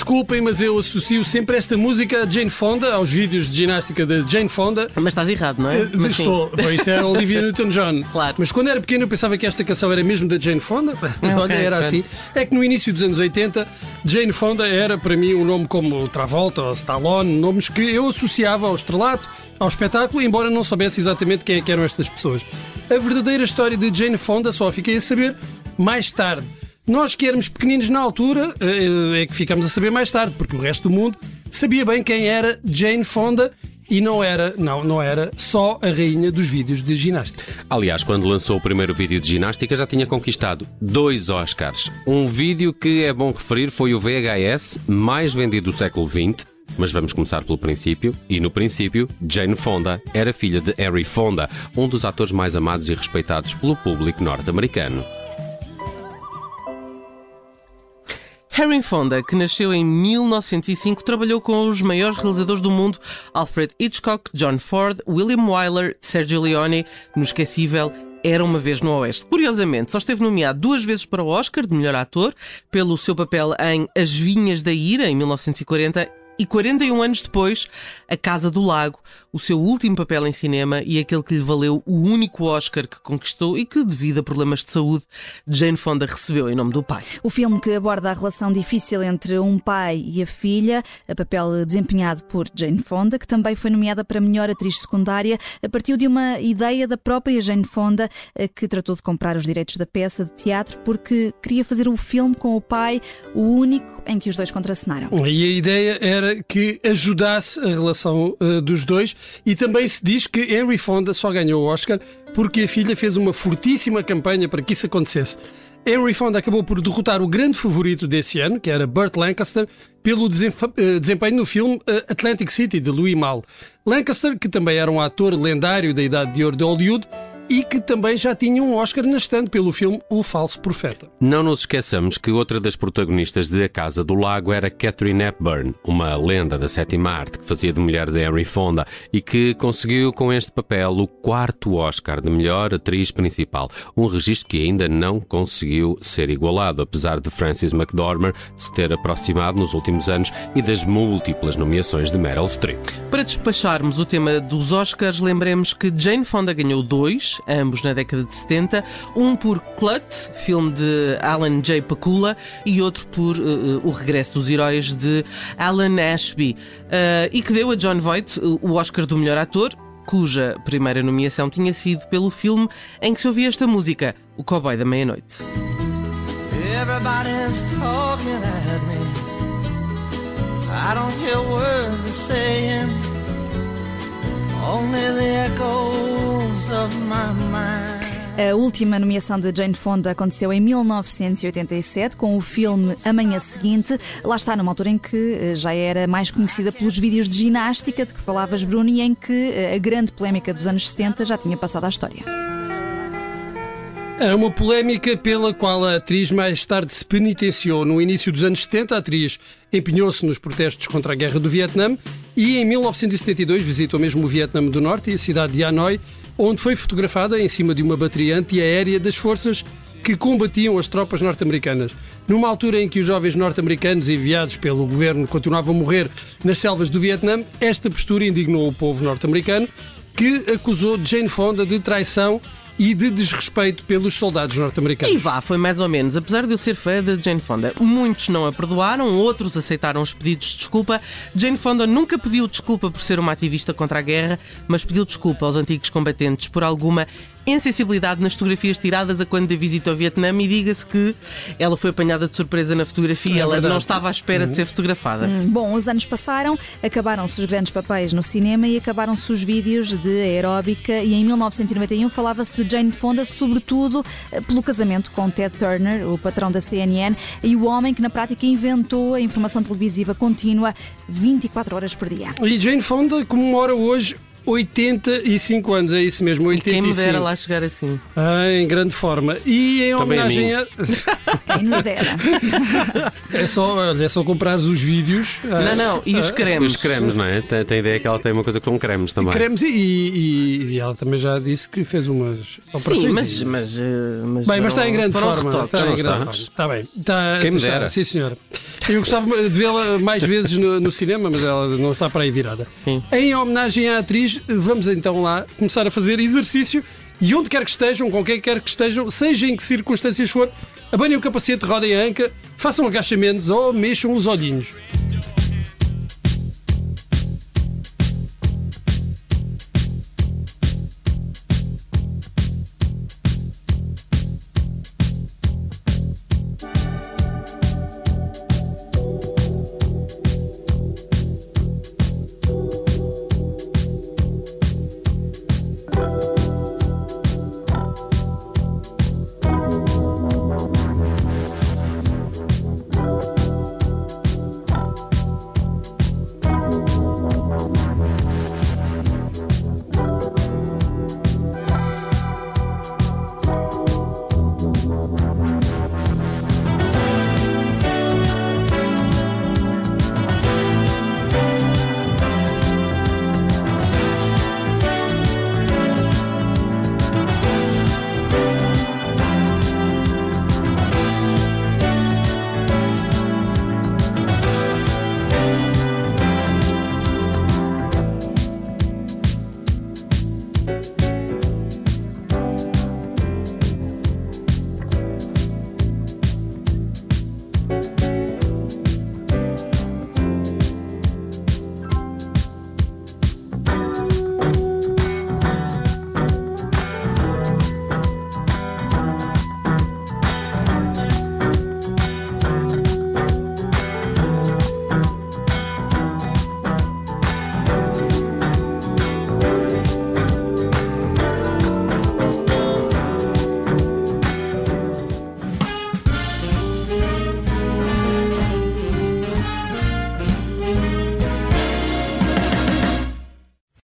Desculpem, mas eu associo sempre esta música a Jane Fonda, aos vídeos de ginástica de Jane Fonda. Mas estás errado, não é? Estou. Isso era Olivia Newton-John. Claro. Mas quando era pequeno eu pensava que esta canção era mesmo da Jane Fonda. Olha, era assim. É que no início dos anos 80, Jane Fonda era para mim um nome como Travolta ou Stallone, nomes que eu associava ao estrelato, ao espetáculo, embora não soubesse exatamente quem é que eram estas pessoas. A verdadeira história de Jane Fonda só fiquei a saber mais tarde. Nós que éramos pequeninos na altura é que ficamos a saber mais tarde, porque o resto do mundo sabia bem quem era Jane Fonda e não era só a rainha dos vídeos de ginástica. Aliás, quando lançou o primeiro vídeo de ginástica já tinha conquistado 2 Oscars. Um vídeo que é bom referir foi o VHS mais vendido do século XX. Mas vamos começar pelo princípio. E no princípio, Jane Fonda era filha de Henry Fonda, um dos atores mais amados e respeitados pelo público norte-americano. Henry Fonda, que nasceu em 1905, trabalhou com os maiores realizadores do mundo: Alfred Hitchcock, John Ford, William Wyler, Sergio Leone, no esquecível Era Uma Vez no Oeste. Curiosamente, só esteve nomeado 2 vezes para o Oscar de melhor ator, pelo seu papel em As Vinhas da Ira, em 1940, e 41 anos depois, A Casa do Lago, o seu último papel em cinema e aquele que lhe valeu o único Oscar que conquistou e que, devido a problemas de saúde, Jane Fonda recebeu em nome do pai. O filme que aborda a relação difícil entre um pai e a filha, a papel desempenhado por Jane Fonda, que também foi nomeada para melhor atriz secundária, partiu de uma ideia da própria Jane Fonda, que tratou de comprar os direitos da peça de teatro porque queria fazer o filme com o pai, o único em que os dois contracenaram. E a ideia era que ajudasse a relação dos dois, e também se diz que Henry Fonda só ganhou o Oscar porque a filha fez uma fortíssima campanha para que isso acontecesse. Henry Fonda acabou por derrotar o grande favorito desse ano, que era Burt Lancaster, pelo desempenho no filme Atlantic City, de Louis Malle. Lancaster, que também era um ator lendário da Idade de Ouro de Hollywood, e que também já tinha um Oscar na estante pelo filme O Falso Profeta. Não nos esqueçamos que outra das protagonistas de A Casa do Lago era Katharine Hepburn, uma lenda da 7ª arte que fazia de mulher de Henry Fonda e que conseguiu com este papel o 4º Oscar de melhor atriz principal, um registro que ainda não conseguiu ser igualado, apesar de Frances McDormand se ter aproximado nos últimos anos e das múltiplas nomeações de Meryl Streep. Para despacharmos o tema dos Oscars, lembremos que Jane Fonda ganhou 2, ambos na década de 70, um por Clut, filme de Alan J. Pakula, e outro por O Regresso dos Heróis, de Alan Ashby, e que deu a Jon Voight o Oscar do melhor ator, cuja primeira nomeação tinha sido pelo filme em que se ouvia esta música, O Cowboy da Meia-Noite. Everybody's talking at me. I don't hear words they're saying. Only the echoes of my mind. A última nomeação de Jane Fonda aconteceu em 1987 com o filme Amanhã Seguinte. Lá está, numa altura em que já era mais conhecida pelos vídeos de ginástica de que falavas, Bruno, e em que a grande polémica dos anos 70 já tinha passado à história. Era uma polémica pela qual a atriz mais tarde se penitenciou. No início dos anos 70, a atriz empenhou-se nos protestos contra a guerra do Vietnã e em 1972 visitou mesmo o Vietnã do Norte e a cidade de Hanoi, onde foi fotografada em cima de uma bateria antiaérea das forças que combatiam as tropas norte-americanas. Numa altura em que os jovens norte-americanos enviados pelo governo continuavam a morrer nas selvas do Vietnã, esta postura indignou o povo norte-americano, que acusou Jane Fonda de traição e de desrespeito pelos soldados norte-americanos. E vá, foi mais ou menos. Apesar de eu ser fã de Jane Fonda, muitos não a perdoaram, outros aceitaram os pedidos de desculpa. Jane Fonda nunca pediu desculpa por ser uma ativista contra a guerra, mas pediu desculpa aos antigos combatentes por alguma insensibilidade nas fotografias tiradas a quando da visita ao Vietnã, e diga-se que ela foi apanhada de surpresa na fotografia, ela não estava à espera de ser fotografada. Bom, os anos passaram, acabaram-se os grandes papéis no cinema e acabaram-se os vídeos de aeróbica, e em 1991 falava-se de Jane Fonda, sobretudo pelo casamento com Ted Turner, o patrão da CNN, e o homem que na prática inventou a informação televisiva contínua 24 horas por dia. E Jane Fonda comemora hoje 85 anos, é isso mesmo, 85. Quem me dera lá chegar assim. Em grande forma. E em Também homenagem a... Quem nos dera. É só comprares os vídeos. Não, e os cremes? Os cremes, não é? Tem ideia que ela tem uma coisa com cremes também. Cremes e ela também já disse que fez umas operações. Sim, mas Bem, mas está em grande foram forma. retoques. Está em Não grande estás? forma. Está bem. Está, Quem me dera. Sim, senhor. Eu gostava de vê-la mais vezes no cinema, mas ela não está para aí virada. Sim. Em homenagem à atriz, vamos então lá começar a fazer exercício e onde quer que estejam, com quem quer que estejam, seja em que circunstâncias for, abanhem o capacete, rodem a anca, façam agachamentos ou mexam os olhinhos.